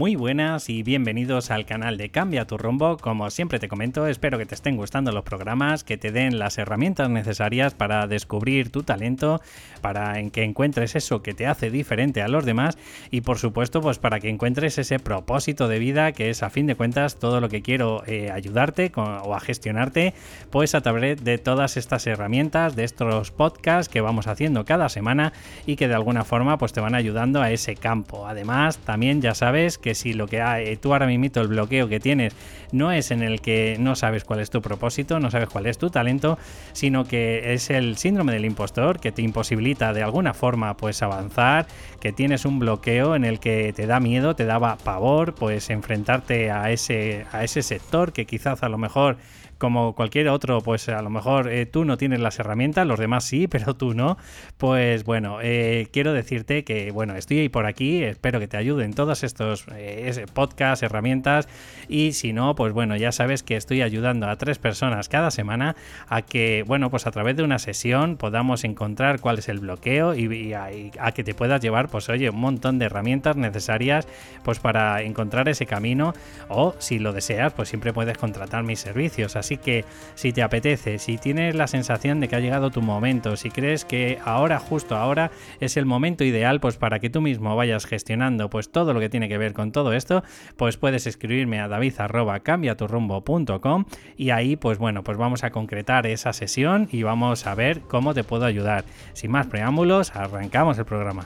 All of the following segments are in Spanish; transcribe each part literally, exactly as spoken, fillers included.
Muy buenas y bienvenidos al canal de Cambia tu Rumbo. Como siempre te comento, espero que te estén gustando los programas, que te den las herramientas necesarias para descubrir tu talento, para en que encuentres eso que te hace diferente a los demás y por supuesto pues para que encuentres ese propósito de vida que es a fin de cuentas todo lo que quiero eh, ayudarte con, o a gestionarte pues a través de todas estas herramientas, de estos podcasts que vamos haciendo cada semana y que de alguna forma pues te van ayudando a ese campo. Además también ya sabes que si lo que hay, tú ahora mismo el bloqueo que tienes no es en el que no sabes cuál es tu propósito, no sabes cuál es tu talento, sino que es el síndrome del impostor que te imposibilita de alguna forma pues avanzar, que tienes un bloqueo en el que te da miedo, te daba pavor pues enfrentarte a ese, a ese sector que quizás a lo mejor como cualquier otro, pues a lo mejor eh, tú no tienes las herramientas, los demás sí, pero tú no. Pues bueno, eh, quiero decirte que bueno, estoy ahí por aquí, espero que te ayuden todos estos eh, podcasts, herramientas y si no, pues bueno, ya sabes que estoy ayudando a tres personas cada semana a que, bueno, pues a través de una sesión podamos encontrar cuál es el bloqueo y, y, a, y a que te puedas llevar, pues oye, un montón de herramientas necesarias pues para encontrar ese camino o si lo deseas, pues siempre puedes contratar mis servicios. Así Así que si te apetece, si tienes la sensación de que ha llegado tu momento, si crees que ahora, justo ahora, es el momento ideal pues para que tú mismo vayas gestionando pues todo lo que tiene que ver con todo esto, pues puedes escribirme a david arroba cambia tu rumbo punto com y ahí pues bueno, pues vamos a concretar esa sesión y vamos a ver cómo te puedo ayudar. Sin más preámbulos, arrancamos el programa.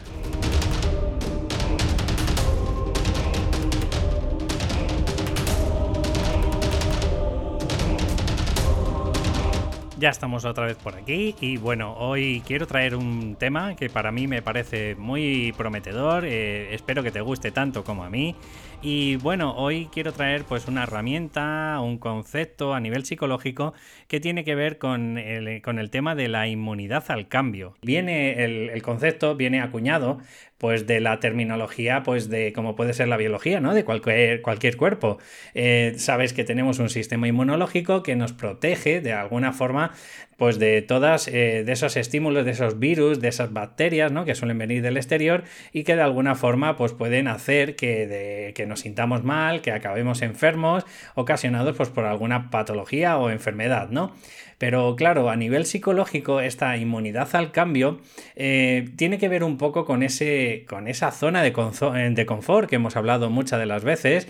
Ya estamos otra vez por aquí y bueno, hoy quiero traer un tema que para mí me parece muy prometedor, eh, espero que te guste tanto como a mí y bueno, hoy quiero traer pues una herramienta, un concepto a nivel psicológico que tiene que ver con el, con el tema de la inmunidad al cambio. Viene el, el concepto, viene acuñado pues de la terminología pues de como puede ser la biología, ¿no? De cualquier, cualquier cuerpo. Eh, sabes que tenemos un sistema inmunológico que nos protege de alguna forma pues de todas eh, de esos estímulos, de esos virus, de esas bacterias, ¿no? Que suelen venir del exterior y que de alguna forma pues pueden hacer que, de, que nos sintamos mal, que acabemos enfermos, ocasionados pues por alguna patología o enfermedad, ¿no? Pero claro, a nivel psicológico, esta inmunidad al cambio eh, tiene que ver un poco con, ese, con esa zona de, de confort que hemos hablado muchas de las veces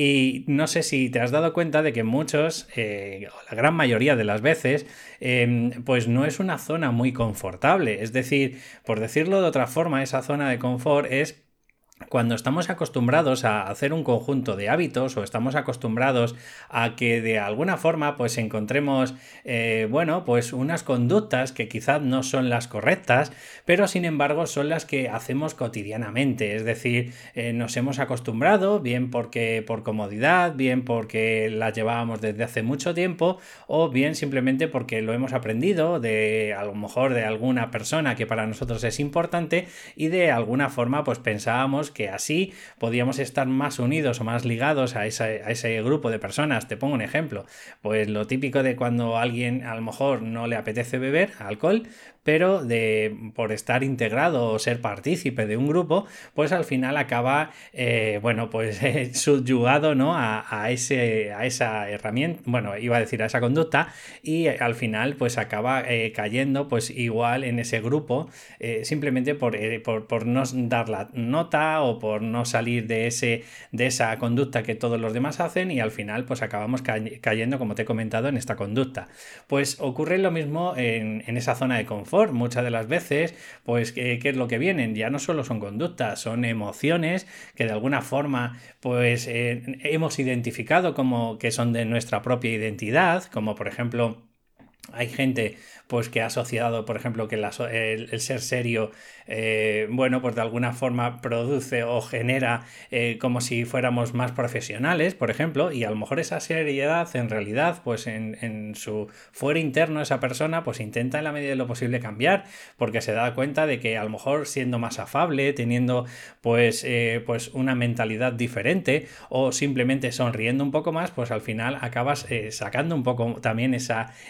y no sé si te has dado cuenta de que muchos, eh, la gran mayoría de las veces, eh, pues no es una zona muy confortable. Es decir, por decirlo de otra forma, esa zona de confort es cuando estamos acostumbrados a hacer un conjunto de hábitos o estamos acostumbrados a que de alguna forma pues encontremos eh, bueno pues unas conductas que quizás no son las correctas pero sin embargo son las que hacemos cotidianamente, es decir, eh, nos hemos acostumbrado bien porque por comodidad, bien porque las llevábamos desde hace mucho tiempo o bien simplemente porque lo hemos aprendido de a lo mejor de alguna persona que para nosotros es importante y de alguna forma pues pensábamos que así podíamos estar más unidos o más ligados a, esa, a ese grupo de personas. Te pongo un ejemplo, pues lo típico de cuando a alguien a lo mejor no le apetece beber alcohol, pero de, por estar integrado o ser partícipe de un grupo, pues al final acaba, eh, bueno, pues eh, subyugado, ¿no? a, a, ese, a esa herramienta, bueno, iba a decir a esa conducta, y eh, al final pues acaba eh, cayendo pues igual en ese grupo, eh, simplemente por, eh, por, por no dar la nota o por no salir de, ese, de esa conducta que todos los demás hacen y al final pues acabamos cay- cayendo, como te he comentado, en esta conducta. Pues ocurre lo mismo en, en esa zona de confort. Muchas de las veces, pues, ¿qué, qué es lo que vienen? Ya no solo son conductas, son emociones que de alguna forma, pues, eh, hemos identificado como que son de nuestra propia identidad, como por ejemplo, hay gente pues que ha asociado, por ejemplo, que la, el, el ser serio, eh, bueno, pues de alguna forma produce o genera eh, como si fuéramos más profesionales, por ejemplo, y a lo mejor esa seriedad en realidad, pues en, en su fuero interno esa persona, pues intenta en la medida de lo posible cambiar, porque se da cuenta de que a lo mejor siendo más afable, teniendo pues, eh, pues una mentalidad diferente o simplemente sonriendo un poco más, pues al final acabas eh, sacando un poco también esa, ese lado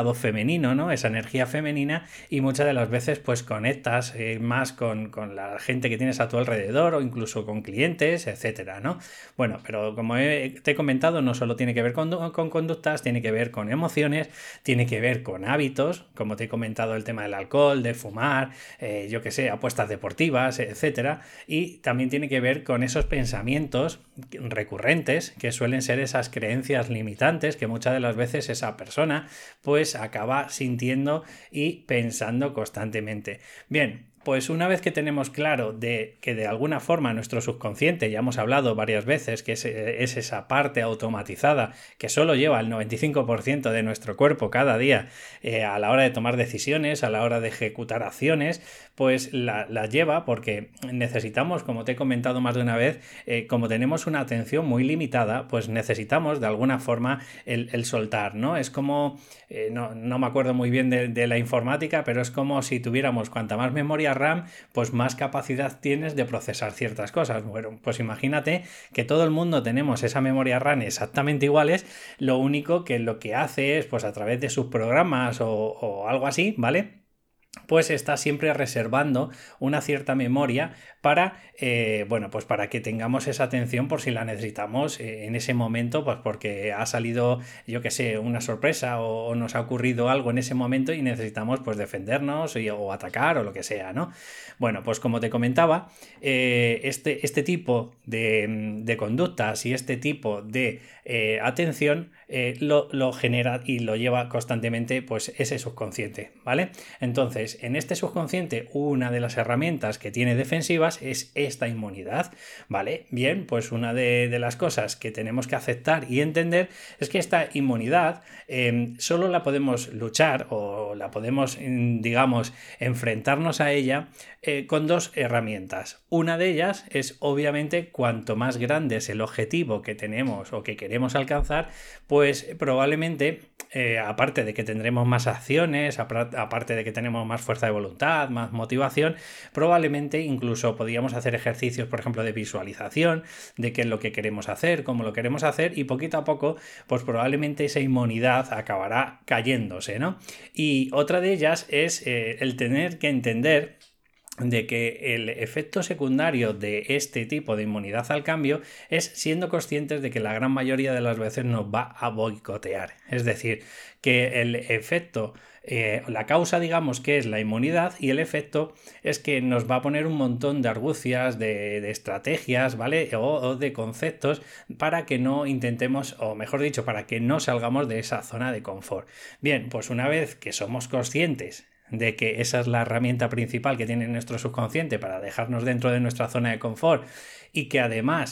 lado femenino, ¿no? Esa energía femenina, y muchas de las veces pues conectas eh, más con, con la gente que tienes a tu alrededor o incluso con clientes, etcétera, ¿no? Bueno, pero como he, te he comentado, no solo tiene que ver con, con conductas, tiene que ver con emociones, tiene que ver con hábitos, como te he comentado el tema del alcohol, de fumar, eh, yo que sé, apuestas deportivas, etcétera, y también tiene que ver con esos pensamientos recurrentes que suelen ser esas creencias limitantes que muchas de las veces esa persona pues acaba sintiendo y pensando constantemente. Bien, pues una vez que tenemos claro de que de alguna forma nuestro subconsciente, ya hemos hablado varias veces que es, es esa parte automatizada que solo lleva el noventa y cinco por ciento de nuestro cuerpo cada día eh, a la hora de tomar decisiones, a la hora de ejecutar acciones, pues la, la lleva porque necesitamos, como te he comentado más de una vez, eh, como tenemos una atención muy limitada, pues necesitamos de alguna forma el, el soltar, ¿no? Es como, eh, no, no me acuerdo muy bien de, de la informática, pero es como si tuviéramos cuanta más memoria RAM, pues más capacidad tienes de procesar ciertas cosas. Bueno, pues imagínate que todo el mundo tenemos esa memoria RAM exactamente iguales, lo único que lo que hace es, pues a través de sus programas o, o algo así, ¿vale?, pues está siempre reservando una cierta memoria para, eh, bueno, pues para que tengamos esa atención por si la necesitamos eh, en ese momento, pues porque ha salido, yo que sé, una sorpresa o, o nos ha ocurrido algo en ese momento y necesitamos pues defendernos y, o atacar o lo que sea, ¿no? Bueno, pues como te comentaba, eh, este, este tipo de, de conductas y este tipo de eh, atención eh, lo, lo genera y lo lleva constantemente pues ese subconsciente, ¿vale? Entonces, en este subconsciente, una de las herramientas que tiene defensivas es esta inmunidad, ¿vale? Bien, pues una de, de las cosas que tenemos que aceptar y entender es que esta inmunidad eh, solo la podemos luchar o la podemos, digamos, enfrentarnos a ella eh, con dos herramientas. Una de ellas es, obviamente, cuanto más grande es el objetivo que tenemos o que queremos alcanzar, pues probablemente, eh, aparte de que tendremos más acciones, aparte de que tenemos más fuerza de voluntad, más motivación, probablemente incluso podríamos hacer ejercicios, por ejemplo, de visualización, de qué es lo que queremos hacer, cómo lo queremos hacer, y poquito a poco, pues probablemente esa inmunidad acabará cayéndose, ¿no? Y otra de ellas es eh, el tener que entender de que el efecto secundario de este tipo de inmunidad al cambio es siendo conscientes de que la gran mayoría de las veces nos va a boicotear. Es decir, que el efecto, eh, la causa, digamos, que es la inmunidad, y el efecto es que nos va a poner un montón de argucias, de, de estrategias, ¿vale? O, o de conceptos para que no intentemos, o mejor dicho, para que no salgamos de esa zona de confort. Bien, pues una vez que somos conscientes de que esa es la herramienta principal que tiene nuestro subconsciente para dejarnos dentro de nuestra zona de confort, y que además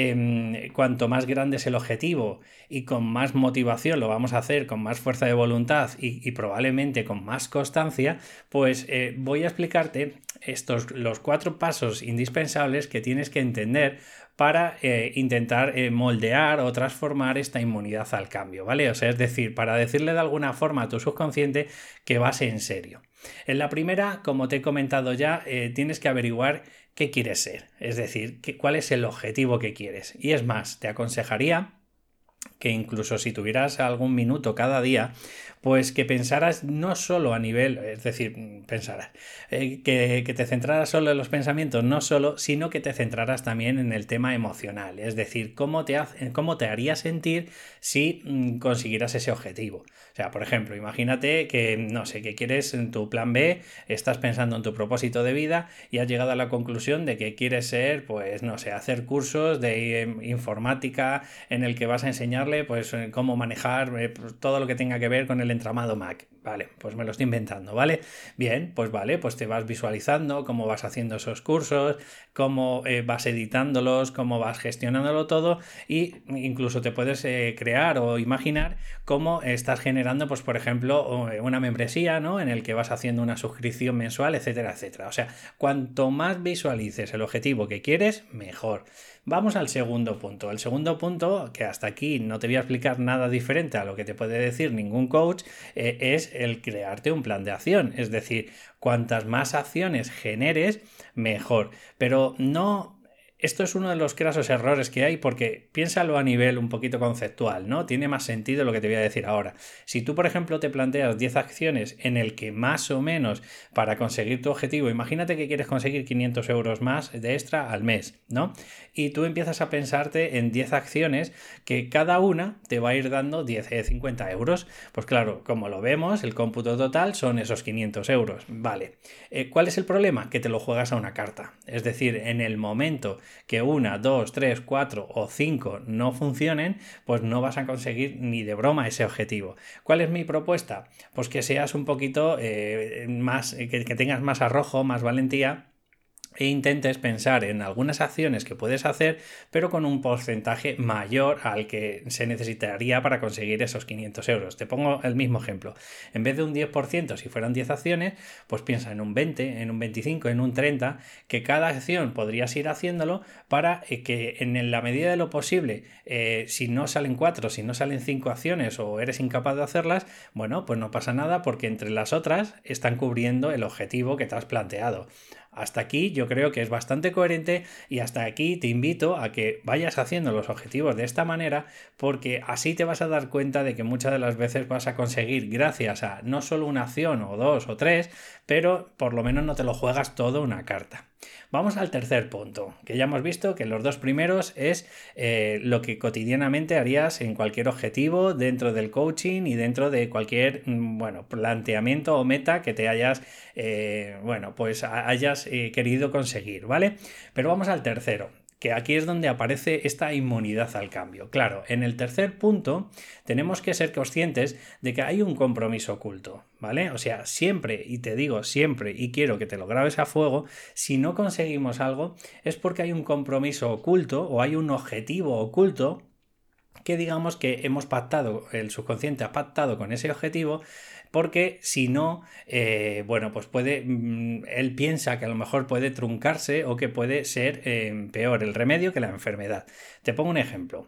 eh, cuanto más grande es el objetivo y con más motivación lo vamos a hacer, con más fuerza de voluntad y, y probablemente con más constancia, pues eh, voy a explicarte estos los cuatro pasos indispensables que tienes que entender para eh, intentar eh, moldear o transformar esta inmunidad al cambio, ¿vale? O sea, es decir, para decirle de alguna forma a tu subconsciente que vas en serio. En la primera, como te he comentado ya, eh, tienes que averiguar qué quieres ser, es decir, que, cuál es el objetivo que quieres. Y es más, te aconsejaría que incluso si tuvieras algún minuto cada día, pues que pensaras no solo a nivel, es decir, pensaras, eh, que, que te centraras solo en los pensamientos, no solo, sino que te centraras también en el tema emocional, es decir, cómo te, hace, cómo te haría sentir si mm, consiguieras ese objetivo. O sea, por ejemplo, imagínate que, no sé, que quieres en tu plan B, estás pensando en tu propósito de vida y has llegado a la conclusión de que quieres ser, pues, no sé, hacer cursos de eh, informática en el que vas a enseñarle, pues, cómo manejar eh, todo lo que tenga que ver con el entramado Mac. Vale, pues me lo estoy inventando, ¿vale? Bien, pues vale, pues te vas visualizando cómo vas haciendo esos cursos, cómo eh, vas editándolos, cómo vas gestionándolo todo, y incluso te puedes eh, crear o imaginar cómo estás generando, pues por ejemplo, una membresía, ¿no? En el que vas haciendo una suscripción mensual, etcétera, etcétera. O sea, cuanto más visualices el objetivo que quieres, mejor. Vamos al segundo punto. El segundo punto, que hasta aquí no te voy a explicar nada diferente a lo que te puede decir ningún coach, eh, es el crearte un plan de acción. Es decir, cuantas más acciones generes, mejor. Pero no esto es uno de los grasos errores que hay porque piénsalo a nivel un poquito conceptual, ¿no? Tiene más sentido lo que te voy a decir ahora. Si tú, por ejemplo, te planteas diez acciones en el que más o menos para conseguir tu objetivo, imagínate que quieres conseguir quinientos euros más de extra al mes, ¿no? Y tú empiezas a pensarte en diez acciones que cada una te va a ir dando diez, cincuenta euros. Pues claro, como lo vemos, el cómputo total son esos quinientos euros. Vale. Eh, ¿Cuál es el problema? Que te lo juegas a una carta. Es decir, en el momento que una, dos, tres, cuatro o cinco no funcionen, pues no vas a conseguir ni de broma ese objetivo. ¿Cuál es mi propuesta? Pues que seas un poquito eh, más, que, que tengas más arrojo, más valentía, e intentes pensar en algunas acciones que puedes hacer, pero con un porcentaje mayor al que se necesitaría para conseguir esos quinientos euros. Te pongo el mismo ejemplo. En vez de un diez por ciento, si fueran diez acciones, pues piensa en un veinte, en un veinticinco, en un treinta, que cada acción podrías ir haciéndolo para que en la medida de lo posible, eh, si no salen cuatro, si no salen cinco acciones o eres incapaz de hacerlas, bueno, pues no pasa nada porque entre las otras están cubriendo el objetivo que te has planteado. Hasta aquí yo creo que es bastante coherente y hasta aquí te invito a que vayas haciendo los objetivos de esta manera porque así te vas a dar cuenta de que muchas de las veces vas a conseguir gracias a no solo una acción o dos o tres, pero por lo menos no te lo juegas todo una carta. Vamos al tercer punto, que ya hemos visto que los dos primeros es eh, lo que cotidianamente harías en cualquier objetivo dentro del coaching y dentro de cualquier bueno, planteamiento o meta que te hayas, eh, bueno, pues hayas eh, querido conseguir, ¿vale? Pero vamos al tercero, que aquí es donde aparece esta inmunidad al cambio. Claro, en el tercer punto tenemos que ser conscientes de que hay un compromiso oculto, ¿vale? O sea, siempre, y te digo siempre, y quiero que te lo grabes a fuego, si no conseguimos algo es porque hay un compromiso oculto o hay un objetivo oculto que digamos que hemos pactado, el subconsciente ha pactado con ese objetivo, porque si no, eh, bueno, pues puede, mmm, él piensa que a lo mejor puede truncarse o que puede ser eh, peor el remedio que la enfermedad. Te pongo un ejemplo.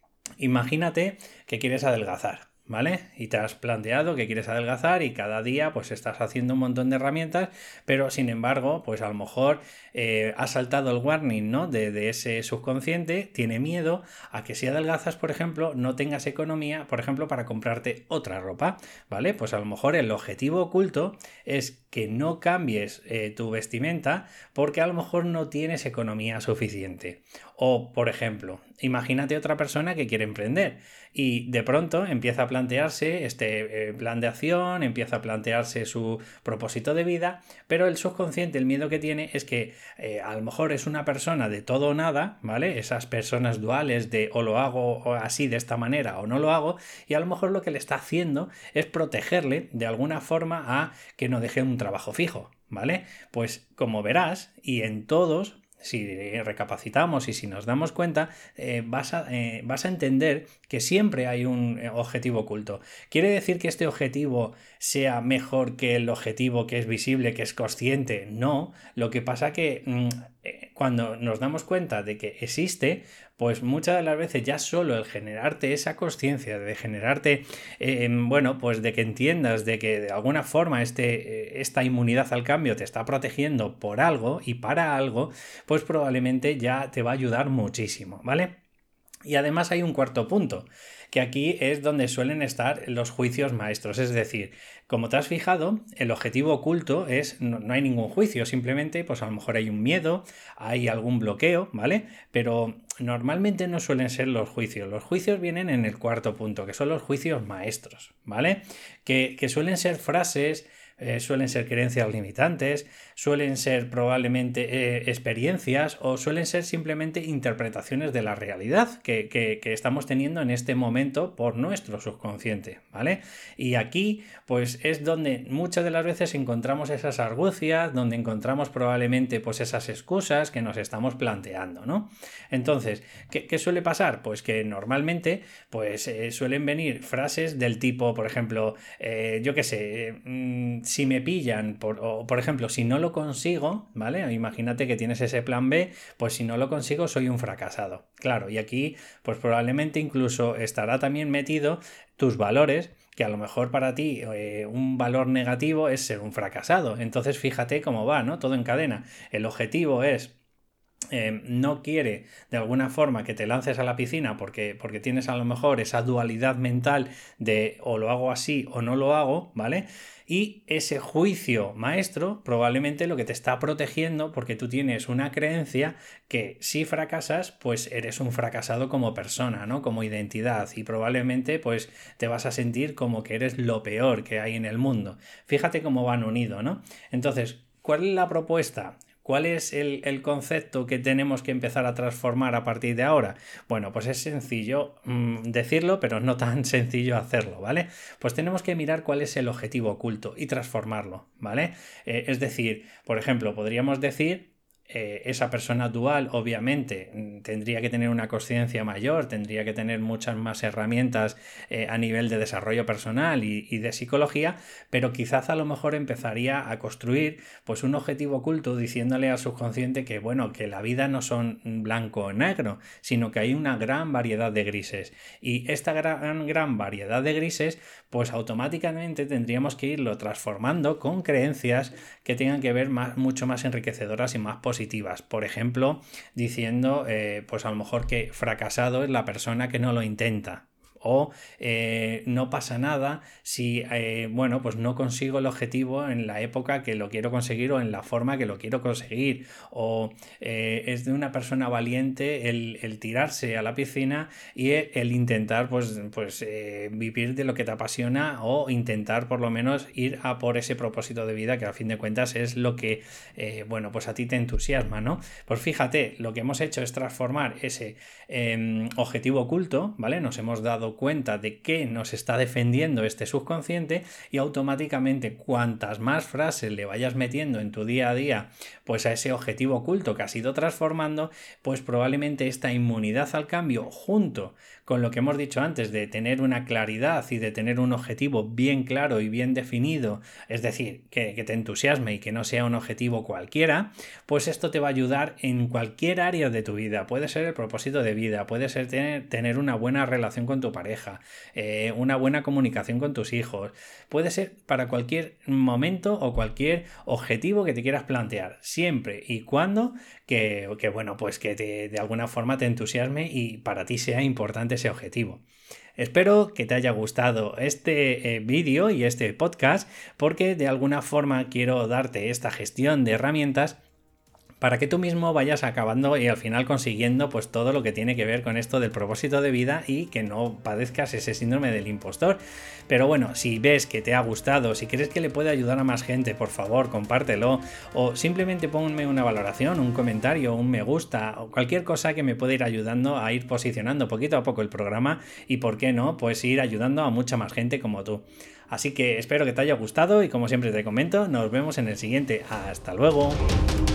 Imagínate que quieres adelgazar, ¿vale? Y te has planteado que quieres adelgazar y cada día pues estás haciendo un montón de herramientas, pero sin embargo, pues a lo mejor eh, ha saltado el warning, ¿no? De, de ese subconsciente, tiene miedo a que si adelgazas, por ejemplo, no tengas economía, por ejemplo, para comprarte otra ropa, ¿vale? Pues a lo mejor el objetivo oculto es que no cambies eh, tu vestimenta porque a lo mejor no tienes economía suficiente. O, por ejemplo, imagínate otra persona que quiere emprender y de pronto empieza a plantearse este eh, plan de acción, empieza a plantearse su propósito de vida, pero el subconsciente, el miedo que tiene es que eh, a lo mejor es una persona de todo o nada, ¿vale? Esas personas duales de o lo hago así de esta manera o no lo hago, y a lo mejor lo que le está haciendo es protegerle de alguna forma a que no deje un trabajo fijo, ¿vale? Pues como verás, y en todos, si recapacitamos y si nos damos cuenta, eh, vas, a, eh, vas a entender que siempre hay un objetivo oculto. ¿Quiere decir que este objetivo sea mejor que el objetivo que es visible, que es consciente? No. Lo que pasa que mmm, eh, cuando nos damos cuenta de que existe, pues muchas de las veces ya solo el generarte esa consciencia, de generarte, eh, bueno, pues de que entiendas de que de alguna forma este, eh, esta inmunidad al cambio te está protegiendo por algo y para algo, pues probablemente ya te va a ayudar muchísimo, ¿vale? Y además hay un cuarto punto, que aquí es donde suelen estar los juicios maestros, es decir, como te has fijado, el objetivo oculto es, no, no hay ningún juicio, simplemente pues a lo mejor hay un miedo, hay algún bloqueo, ¿vale? Pero normalmente no suelen ser los juicios, los juicios vienen en el cuarto punto, que son los juicios maestros, ¿vale? Que, que suelen ser frases, Eh, suelen ser creencias limitantes, suelen ser probablemente eh, experiencias o suelen ser simplemente interpretaciones de la realidad que, que, que estamos teniendo en este momento por nuestro subconsciente, ¿vale? Y aquí pues es donde muchas de las veces encontramos esas argucias, donde encontramos probablemente pues esas excusas que nos estamos planteando, ¿no? Entonces, ¿qué, qué suele pasar? Pues que normalmente pues eh, suelen venir frases del tipo, por ejemplo, eh, yo qué sé, mmm, si me pillan, por, o por ejemplo, si no lo consigo, ¿vale? Imagínate que tienes ese plan B, pues si no lo consigo soy un fracasado. Claro, y aquí pues probablemente incluso estará también metido tus valores, que a lo mejor para ti eh, un valor negativo es ser un fracasado. Entonces fíjate cómo va, ¿no? Todo en cadena. El objetivo es Eh, no quiere de alguna forma que te lances a la piscina porque, porque tienes a lo mejor esa dualidad mental de o lo hago así o no lo hago, ¿vale? Y ese juicio maestro probablemente lo que te está protegiendo porque tú tienes una creencia que si fracasas, pues eres un fracasado como persona, ¿no? Como identidad y probablemente pues te vas a sentir como que eres lo peor que hay en el mundo. Fíjate cómo van unidos, ¿no? Entonces, ¿cuál es la propuesta? ¿Cuál es el, el, concepto que tenemos que empezar a transformar a partir de ahora? Bueno, pues es sencillo mmm, decirlo, pero no tan sencillo hacerlo, ¿vale? Pues tenemos que mirar cuál es el objetivo oculto y transformarlo, ¿vale? Eh, es decir, por ejemplo, podríamos decir... Eh, esa persona dual obviamente tendría que tener una conciencia mayor, tendría que tener muchas más herramientas eh, a nivel de desarrollo personal y, y de psicología, pero quizás a lo mejor empezaría a construir pues un objetivo oculto diciéndole al subconsciente que bueno, que la vida no son blanco o negro, sino que hay una gran variedad de grises y esta gran, gran variedad de grises pues automáticamente tendríamos que irlo transformando con creencias que tengan que ver más, mucho más enriquecedoras y más positivas. Positivas. Por ejemplo, diciendo, eh, pues a lo mejor que fracasado es la persona que no lo intenta. O eh, no pasa nada si, eh, bueno, pues no consigo el objetivo en la época que lo quiero conseguir o en la forma que lo quiero conseguir. O eh, es de una persona valiente el, el tirarse a la piscina y el, el intentar, pues, pues eh, vivir de lo que te apasiona o intentar por lo menos ir a por ese propósito de vida que al fin de cuentas es lo que, eh, bueno, pues a ti te entusiasma, ¿no? Pues fíjate, lo que hemos hecho es transformar ese eh, objetivo oculto, ¿vale? Nos hemos dado cuenta de que nos está defendiendo este subconsciente y automáticamente cuantas más frases le vayas metiendo en tu día a día pues a ese objetivo oculto que has ido transformando, pues probablemente esta inmunidad al cambio junto con lo que hemos dicho antes de tener una claridad y de tener un objetivo bien claro y bien definido, es decir, que, que te entusiasme y que no sea un objetivo cualquiera, pues esto te va a ayudar en cualquier área de tu vida. Puede ser el propósito de vida, puede ser tener, tener una buena relación con tu pareja, eh, una buena comunicación con tus hijos, puede ser para cualquier momento o cualquier objetivo que te quieras plantear, siempre y cuando que, que bueno, pues que te, de alguna forma te entusiasme y para ti sea importante ese objetivo. Espero que te haya gustado este eh, vídeo y este podcast porque de alguna forma quiero darte esta gestión de herramientas para que tú mismo vayas acabando y al final consiguiendo pues todo lo que tiene que ver con esto del propósito de vida y que no padezcas ese síndrome del impostor. Pero bueno, si ves que te ha gustado, si crees que le puede ayudar a más gente, por favor, compártelo o simplemente ponme una valoración, un comentario, un me gusta o cualquier cosa que me pueda ir ayudando a ir posicionando poquito a poco el programa y, por qué no, pues ir ayudando a mucha más gente como tú. Así que espero que te haya gustado y como siempre te comento, nos vemos en el siguiente. ¡Hasta luego!